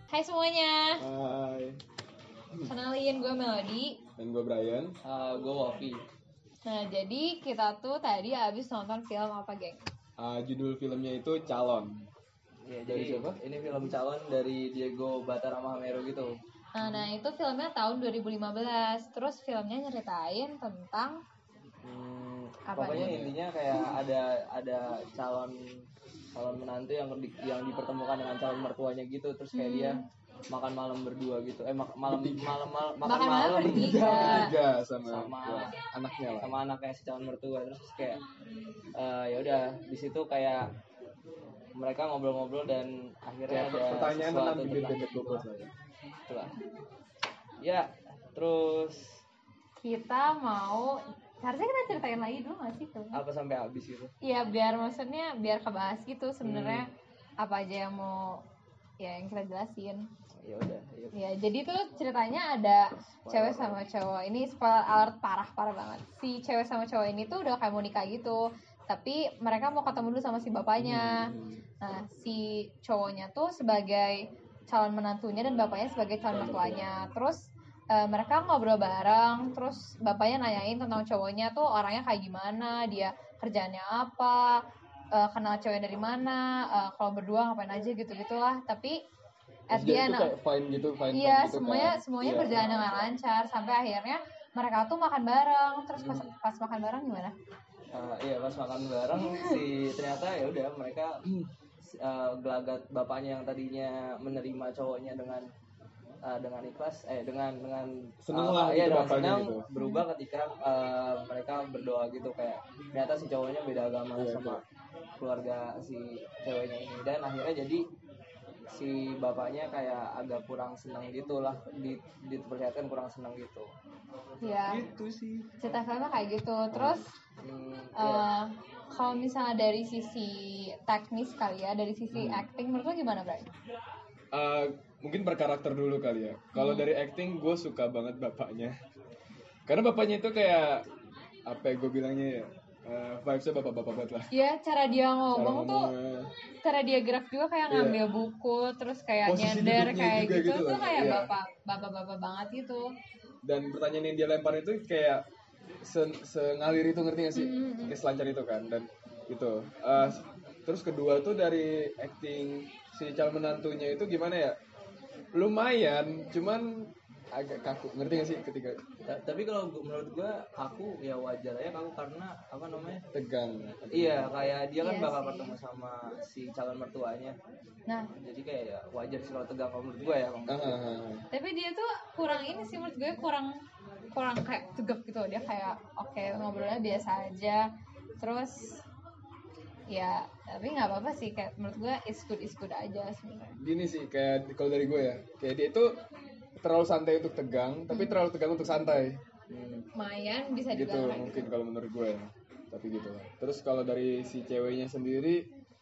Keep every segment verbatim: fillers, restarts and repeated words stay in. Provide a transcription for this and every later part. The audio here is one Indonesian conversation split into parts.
Hai semuanya. Hai. Kenalin, gue Melody. Dan gue Brian. Uh, gue Wofi. Nah, jadi kita tuh tadi abis nonton film apa, geng? Uh, judul filmnya itu Calon. Ya, Dari jadi siapa? ini film Calon dari Diego Batarama Hamero gitu. Nah, nah itu filmnya tahun dua ribu lima belas. Terus filmnya nyeritain tentang Hmm, apa pokoknya nih? intinya kayak ada ada calon calon menantu yang di, yang dipertemukan dengan calon mertuanya gitu. Terus kayak Hmm. dia makan malam berdua gitu. Eh mak- malam Bertiga. malam malam Makan makan malam malam bertiga. Tiga sama, sama anaknya lah. sama anaknya si calon mertua. Terus kayak eh, ya udah di situ kayak mereka ngobrol-ngobrol dan akhirnya Kayak ada pertanyaan sesuatu tentang bibit-bibit gitu bobot lah. lah ya. Itulah. Ya, terus Kita mau harusnya kita ceritain lagi dulu nggak sih filmnya? apa sampai habis gitu? Iya, biar maksudnya biar kebahas gitu sebenarnya Hmm. apa aja yang mau ya yang kita jelasin. Ya udah, yuk. Ya, jadi tuh ceritanya ada Spoiler. cewek sama cowok. Ini spoiler alert parah parah banget. Si cewek sama cowok ini tuh udah kayak mau nikah gitu. Tapi mereka mau ketemu dulu sama si bapaknya. Nah, si cowoknya tuh sebagai calon menantunya dan bapaknya sebagai calon mertuanya. Terus eh, mereka ngobrol bareng. Terus bapaknya nanyain tentang cowoknya tuh orangnya kayak gimana, dia kerjaannya apa, eh, kenal cewek dari mana, eh, kalau berdua ngapain aja gitu-gitulah. Tapi at the Terus dia end, itu kayak fine gitu, fine iya, fine gitu semuanya kan. semuanya Iya. berjalan dengan lancar sampai akhirnya mereka tuh makan bareng. Terus pas, pas makan bareng gimana? Uh, iya pas makan bareng si ternyata ya udah mereka uh, gelagat bapaknya yang tadinya menerima cowoknya dengan uh, dengan ikhlas eh dengan dengan Seneng uh, lah ya gitu dengan bapaknya senang gitu. berubah ketika uh, mereka berdoa gitu kayak ternyata si cowoknya beda agama Iya, sama keluarga si ceweknya ini dan akhirnya jadi si bapaknya kayak agak kurang senang gitu lah di diperlihatkan kurang senang gitu. Ya, Gitu sih. cerita filmnya kayak gitu. Terus Hmm, eh, kalau misalnya dari sisi teknis kali ya, dari sisi Hmm. acting menurut lo gimana, Bray? Uh, mungkin berkarakter dulu kali ya. Kalau dari acting gue suka banget bapaknya. Karena bapaknya itu kayak apa ya gue bilangnya ya. Uh, vibes-nya bapak-bapak banget lah. Iya, cara dia Cara ngomong tuh, ngomongnya. cara dia gerak juga kayak Iya. ngambil buku, terus kayak Posisi nyender duduknya kayak juga gitu, gitu tuh loh, kayak iya. bapak, bapak-bapak banget gitu. Dan pertanyaan yang dia lempar itu kayak se- sengalir itu, ngerti gak sih? Mm-hmm. Kayak selancar itu kan. Dan gitu. Uh, terus kedua tuh dari acting si calon menantunya itu gimana ya? Lumayan, cuman agak kaku, ngerti gak sih ketika Ta- tapi kalau gua- menurut gua kaku ya wajar aja kaku karena apa namanya tegang. iya kayak dia kan Iya bakal sih. ketemu sama si calon mertuanya Nah, jadi kayak ya wajar sih kalau tegang kalau menurut gua ya kalau menurut gua. Ah, tapi dia tuh kurang ini sih menurut gue, kurang kurang kayak tegap gitu. Dia kayak oke, ngobrolnya biasa aja. Terus ya tapi nggak apa-apa sih, kayak menurut gue is good is good aja sebenarnya. gini sih kayak kalau dari gue ya, kayak dia itu terlalu santai untuk tegang, tapi terlalu tegang untuk santai. Hmm. Lumayan bisa Gitu dibilang kayak mungkin gitu. kalau menurut gue ya. Tapi gitu lah. Terus kalau dari si ceweknya sendiri,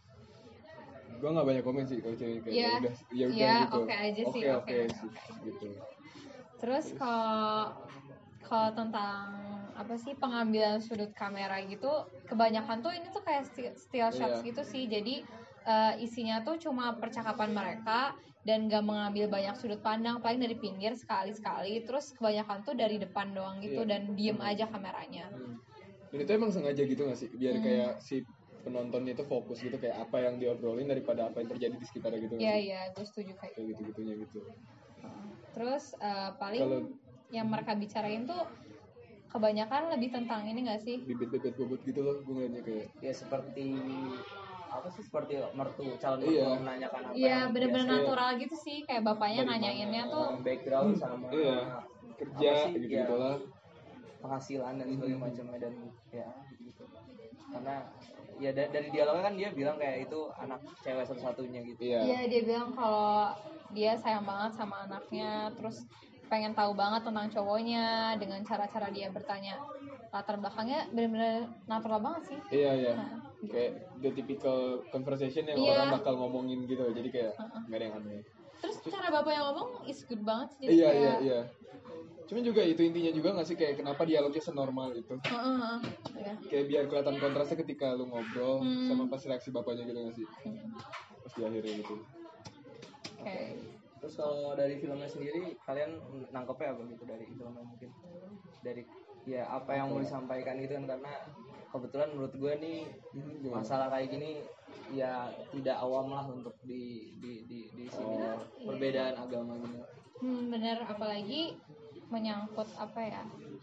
gue nggak banyak komen sih kalau cewek kayak Iya. ya udah, ya udah Iya, gitu. oke aja sih, Oke oke, oke oke, sih, oke. gitu. Terus kalau kalau tentang apa sih pengambilan sudut kamera gitu, kebanyakan tuh ini tuh kayak still, still shots Iya. gitu sih. Jadi eh, isinya tuh cuma percakapan mereka dan gak mengambil banyak sudut pandang, paling dari pinggir sekali-sekali. Terus kebanyakan tuh dari depan doang gitu Iya. dan diem aja kameranya. Hmm. Dan itu emang sengaja gitu gak sih? Biar Hmm. kayak si penontonnya itu fokus gitu, kayak apa yang diobrolin daripada apa yang terjadi di sekitarnya gitu nggak Iya sih? iya, gue setuju kayak Kayak gitu-gitunya gitu. Terus eh, paling Kalau- yang mereka bicarain tuh kebanyakan lebih tentang ini gak sih? Bibit-bibit bobot gitu loh, gue ngeliatnya kayak Ya seperti apa sih seperti mertu calon Iya. mertua menanyakan apa Iya, yang bener-bener biasa- natural gitu sih. Kayak bapaknya Dari nanyainnya mana? tuh background sama iya, kerja apa sih, gitu-gitu ya, lah. penghasilan dan sebagainya Hmm. macamnya dan ya gitu karena ya da- dari dialognya kan dia bilang kayak itu anak cewek satu-satunya gitu. Iya. Iya, dia bilang kalau dia sayang banget sama anaknya, terus pengen tahu banget tentang cowoknya dengan cara-cara dia bertanya. Latar belakangnya bener-bener natural banget sih. Iya iya. Nah, Kayak the typical conversation yang Iya. orang bakal ngomongin gitu. Jadi kayak nggak ada yang aneh. Terus cara bapaknya ngomong is good banget sih. Jadi Iya kayak, iya iya. Cuman juga itu intinya juga nggak sih, kayak kenapa dialognya senormal itu? Heeh, heeh. Iya. Kayak biar kelihatan kontrasnya ketika lu ngobrol Hmm. sama pas reaksi bapaknya gitu nggak sih? Pas di akhirnya gitu. Oke. Terus kalau dari filmnya sendiri kalian nangkepnya apa gitu dari filmnya mungkin dari ya apa yang mau disampaikan gitu kan, karena kebetulan menurut gue nih masalah kayak gini ya tidak awam lah untuk di di di di sini Oh, perbedaan agama gitu. Hmm, bener, apalagi menyangkut apa ya?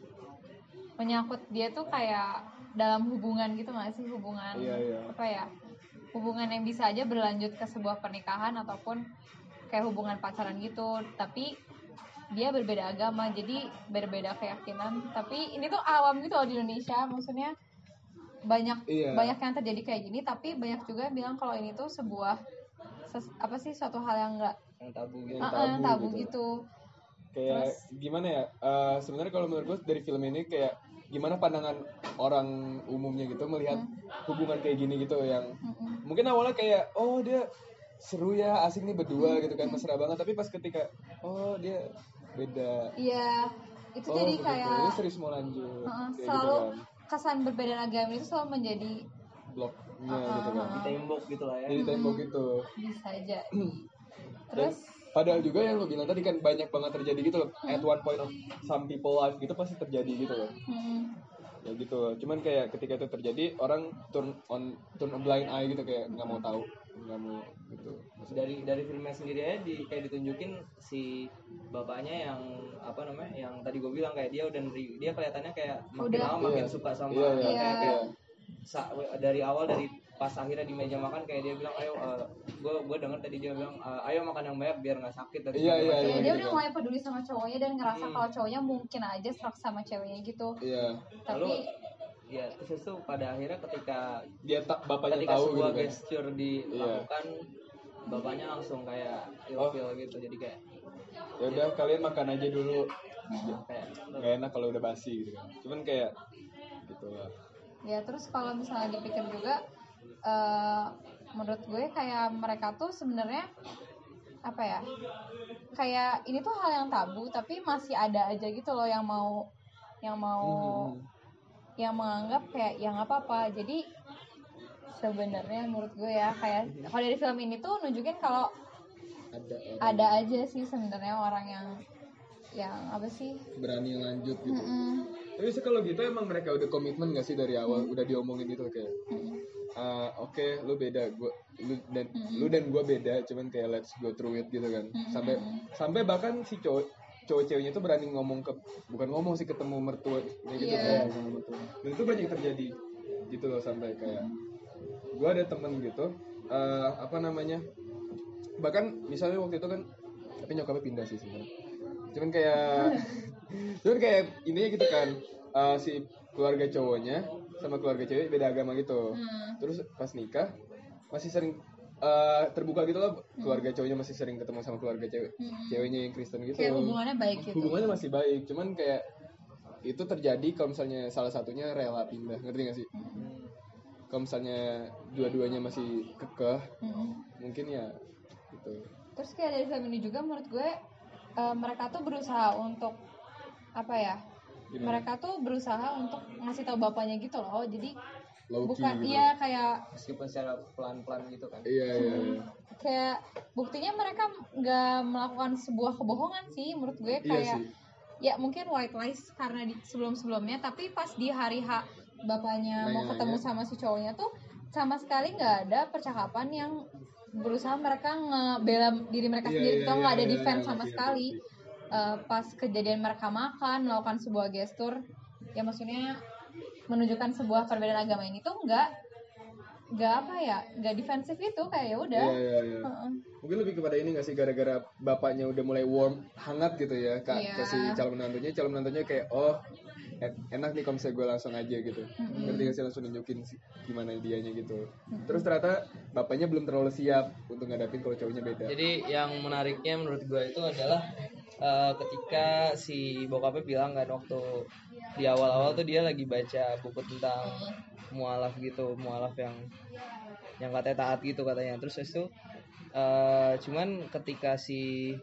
Menyangkut dia tuh kayak dalam hubungan gitu nggak sih, hubungan Iya, iya. apa ya? Hubungan yang bisa aja berlanjut ke sebuah pernikahan ataupun kayak hubungan pacaran gitu, tapi dia berbeda agama, jadi berbeda keyakinan. Tapi ini tuh awam gitu loh di Indonesia, maksudnya banyak Iya. banyak yang terjadi kayak gini, tapi banyak juga yang bilang kalau ini tuh sebuah ses- apa sih suatu hal yang enggak Yang tabu gitu. Yang uh, tabu, tabu tabu gitu. gitu. Kayak Terus- gimana ya? Eh, sebenarnya kalau menurut gue dari film ini kayak gimana pandangan orang umumnya gitu melihat hubungan kayak gini gitu yang Mm-mm. mungkin awalnya kayak oh dia seru ya asik nih berdua gitu kan mesra banget, tapi pas ketika oh dia beda, Iya, itu oh jadi begitu, kayak ini serius mau lanjut uh, kayak selalu gitu kan kesan berbeda agama itu selalu menjadi bloknya Uh-uh. gitu kan, Tembok gitu lah ya. jadi tembok gitu. bisa aja. Dan Terus padahal juga yang lo bilang tadi kan banyak banget terjadi gitu loh, at one point of some people life gitu pasti terjadi gitu loh. hmm, Ya gitu loh. Cuman kayak ketika itu terjadi orang turn on turn a blind eye gitu, kayak nggak mau tahu, nggak mau gitu. dari dari filmnya sendiri aja di kayak ditunjukin si bapaknya yang apa namanya yang tadi gue bilang kayak dia udah neri- dia kelihatannya kayak makin Udah. lama makin Iya. suka sama Iya, iya, anaknya, iya. kayak sa- dari awal dari pas akhirnya di meja makan kayak dia bilang ayo gue gue denger tadi dia bilang "Eh, ayo makan yang banyak biar nggak sakit dan Iya, segala iya, macam." ya, iya, dia gitu udah kan. mulai peduli sama cowoknya dan ngerasa Hmm. kalau cowoknya mungkin aja serak sama ceweknya gitu. Iya. Tapi Lalu ya terus itu pada akhirnya ketika Dia tak bapaknya ketika tahu sebuah gitu kan. gesture dilakukan bapaknya langsung kayak ilfil gitu, jadi kayak Ya udah kalian makan aja dulu. kayak Gak enak kalau udah basi gitu kan. Cuman kayak gitu lah. ya terus kalau misalnya dipikir juga eh, menurut gue kayak mereka tuh sebenarnya apa ya, kayak ini tuh hal yang tabu tapi masih ada aja gitu loh yang mau yang mau Hmm. yang menganggap kayak yang apa apa. Jadi sebenarnya menurut gue ya kayak kalau dari film ini tuh nunjukin kalau Ada orang ada aja sih sebenarnya orang yang yang apa sih. berani lanjut gitu. Mm-mm. Tapi sih kalau gitu emang mereka udah komitmen gak sih dari awal, udah diomongin gitu kayak Mm-mm. ah, oke lu beda, gua lu dan lu dan gua beda, cuman kayak let's go through it gitu kan. Sampai sampai bahkan si cowok cowok ceweknya tuh berani ngomong ke bukan ngomong sih ketemu mertua kayak gitu Iya. kayak. Dan itu banyak terjadi gitu loh, sampai kayak gua ada temen gitu eh, apa namanya, bahkan misalnya waktu itu kan tapi nyokapnya pindah sih sebenarnya, cuman kayak cuman kayak ininya gitu kan eh, si keluarga cowoknya sama keluarga cewek beda agama gitu. Hmm. Terus pas nikah masih sering eh, terbuka gitu loh, keluarga cowoknya masih sering ketemu sama keluarga cewek ceweknya yang Kristen gitu. Kayak hubungannya baik gitu. Hubungannya masih baik, cuman kayak itu terjadi kalau misalnya salah satunya rela pindah, ngerti gak sih? Kalau misalnya dua-duanya masih kekeh, Mm-mm. mungkin ya gitu. Terus kayak dari film ini juga menurut gue eh, mereka tuh berusaha untuk apa ya? Gimana? Mereka tuh berusaha untuk ngasih tahu bapaknya gitu loh. Jadi Low-key bukan gitu. iya kayak meskipun secara pelan-pelan gitu kan. Iya iya. iya. kayak buktinya mereka nggak melakukan sebuah kebohongan sih menurut gue, Iya kayak sih. ya mungkin white lies karena di sebelum-sebelumnya, tapi pas di hari H bapaknya mau Nanya-nanya. ketemu sama si cowoknya tuh sama sekali nggak ada percakapan yang berusaha mereka ngebela diri mereka Iya, sendiri iya, gitu, nggak iya, ada iya, defense iya, sama ngerti, sekali. ngerti. Eh, pas kejadian mereka makan melakukan sebuah gestur ya maksudnya menunjukkan sebuah perbedaan agama ini tuh nggak nggak apa ya nggak defensif gitu, kayak ya udah. Iya iya iya. Heeh. Mungkin lebih kepada ini nggak sih, gara-gara bapaknya udah mulai warm, hangat gitu ya kak, Iya. ke si calon menantunya, calon menantunya kayak oh en- enak nih kalau misalnya gue langsung aja gitu, ngerti nggak sih, langsung nunjukin si- gimana dianya gitu. Terus ternyata bapaknya belum terlalu siap untuk ngadapin kalau cowoknya beda. Jadi yang menariknya menurut gue itu adalah eh, ketika si bokapnya bilang kan waktu di awal-awal tuh dia lagi baca buku tentang mualaf gitu, mualaf yang yang katanya taat gitu katanya. Terus habis itu eh, cuman ketika si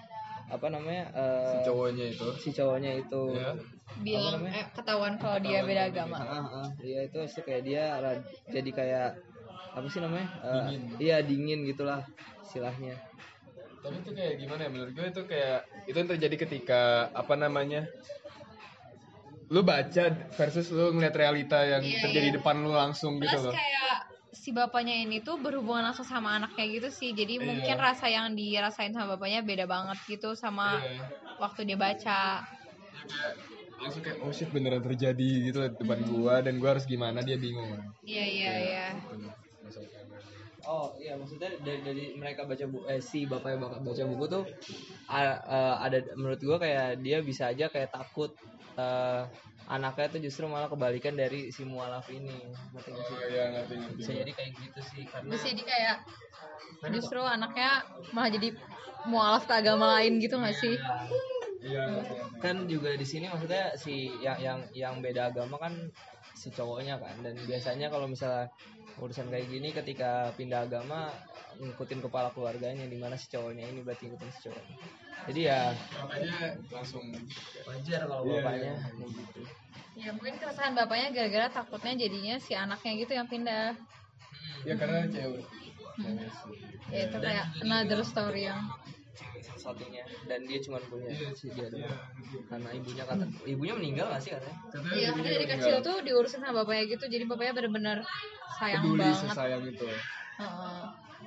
apa namanya eh, Si cowoknya itu. si cowoknya itu Ya. bilang eh, ketahuan kalau dia beda agama. ah, ah, ah, iya itu habis itu kayak dia ra- jadi kayak apa sih namanya Eh, Dingin. iya dingin gitulah istilahnya. Tapi itu kayak gimana ya, menurut gue itu kayak itu yang terjadi ketika apa namanya, lu baca versus lu ngeliat realita yang Iya, terjadi iya. di depan lu langsung gitu Plus loh. kayak si bapaknya ini tuh berhubungan langsung sama anaknya gitu sih. Jadi Iya. mungkin rasa yang dirasain sama bapaknya beda banget gitu sama Iya. waktu dia baca. Kayak langsung kayak oh shit beneran terjadi gitu loh di depan gua, dan gua harus gimana, dia bingung kan. Iya iya iya. Gitu. Maksudnya. Oh iya, maksudnya dari, dari mereka baca buku, eh si bapaknya baca, baca buku tuh a- eh, ada menurut gua kayak dia bisa aja kayak takut eh, anaknya tuh justru malah kebalikan dari si mualaf ini. Ngerti nggak sih? Oh iya, ngerti ngerti. Bisa jadi kayak gitu sih karena Bisa jadi kayak justru anaknya malah jadi mualaf ke agama lain gitu nggak sih? Iya, ngerti, ngerti. kan juga di sini maksudnya si yang yang yang beda agama kan si cowoknya kan, dan biasanya kalau misalnya urusan kayak gini ketika pindah agama ngikutin kepala keluarganya, di mana si cowoknya ini berarti ngikutin si cowoknya. Jadi ya Makanya langsung wajar kalau Iya, bapaknya iya. kayak gitu. Ya mungkin keresahan bapaknya gara-gara takutnya jadinya si anaknya gitu yang pindah. ya karena cewek. Cewek sih. Ya itu kayak another story yang Satunya, dan dia cuma punya Iya, si dia doang. iya. Karena ibunya kata ibunya meninggal nggak sih katanya? Katanya iya ibunya karena dari meninggal. kecil tuh diurusin sama bapaknya gitu. Jadi bapaknya bener-bener sayang peduli banget. sesayang itu. Heeh.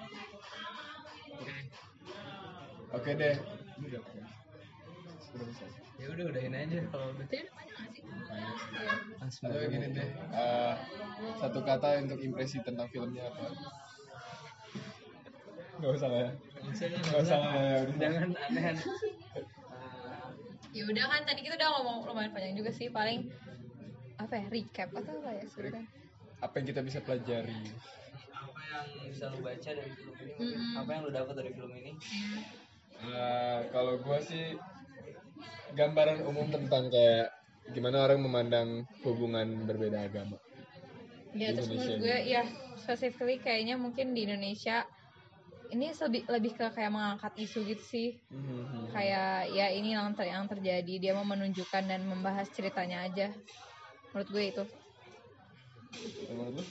Oke deh. Ini udah oke. Sudah selesai. Ya udah udahin aja kalau udah. Tadi udah banyak nggak sih? Langsung Atau gini deh, eh, satu kata untuk impresi tentang filmnya apa? Gak usah lah ya. Gak usah lah ya. udah. Jangan aneh-aneh. Ya udah kan tadi kita udah ngomong lumayan panjang juga sih, paling apa ya, recap atau apa ya sebenarnya. Apa yang kita bisa pelajari? Apa yang bisa lu baca dari film ini? Mm-mm. Apa yang lu dapat dari film ini? Eh, kalau gue sih gambaran umum tentang kayak gimana orang memandang hubungan berbeda agama. Ya terus Indonesia menurut ini. gue ya specifically kayaknya mungkin di Indonesia ini lebih lebih ke kayak mengangkat isu gitu sih. Mhm. Kayak ya ini yang, ter- yang terjadi, dia mau menunjukkan dan membahas ceritanya aja. Menurut gue itu. Menurut lu?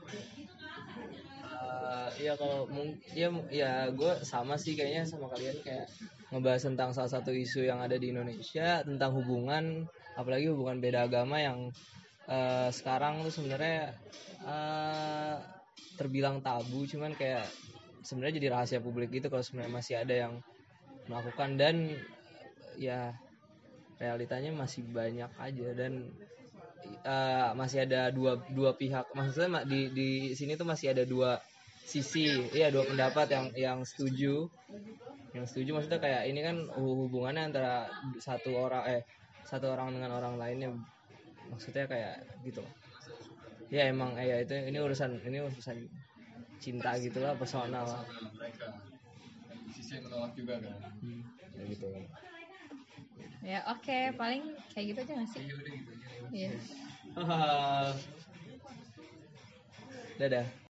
Eh, Iya kalau mung- ya ya gue sama sih kayaknya sama kalian, kayak ngebahas tentang salah satu isu yang ada di Indonesia tentang hubungan, apalagi hubungan beda agama yang eh, sekarang tuh sebenarnya eh, terbilang tabu, cuman kayak sebenarnya jadi rahasia publik gitu kalau sebenarnya masih ada yang melakukan, dan ya realitanya masih banyak aja, dan eh, masih ada dua dua pihak, maksudnya ma- di di sini tuh masih ada dua sisi, iya dua pendapat yang yang setuju, yang setuju maksudnya kayak ini kan hu- hubungannya antara satu orang eh satu orang dengan orang lainnya, maksudnya kayak gitu loh. Ya emang eh, ya itu ini urusan ini urusan cinta gitulah, personal lah. Nah, mereka sisi yang menolak juga kan. Hmm. Ya gitu kan. Ya oke, paling kayak gitu aja gak sih? Iya. Dadah.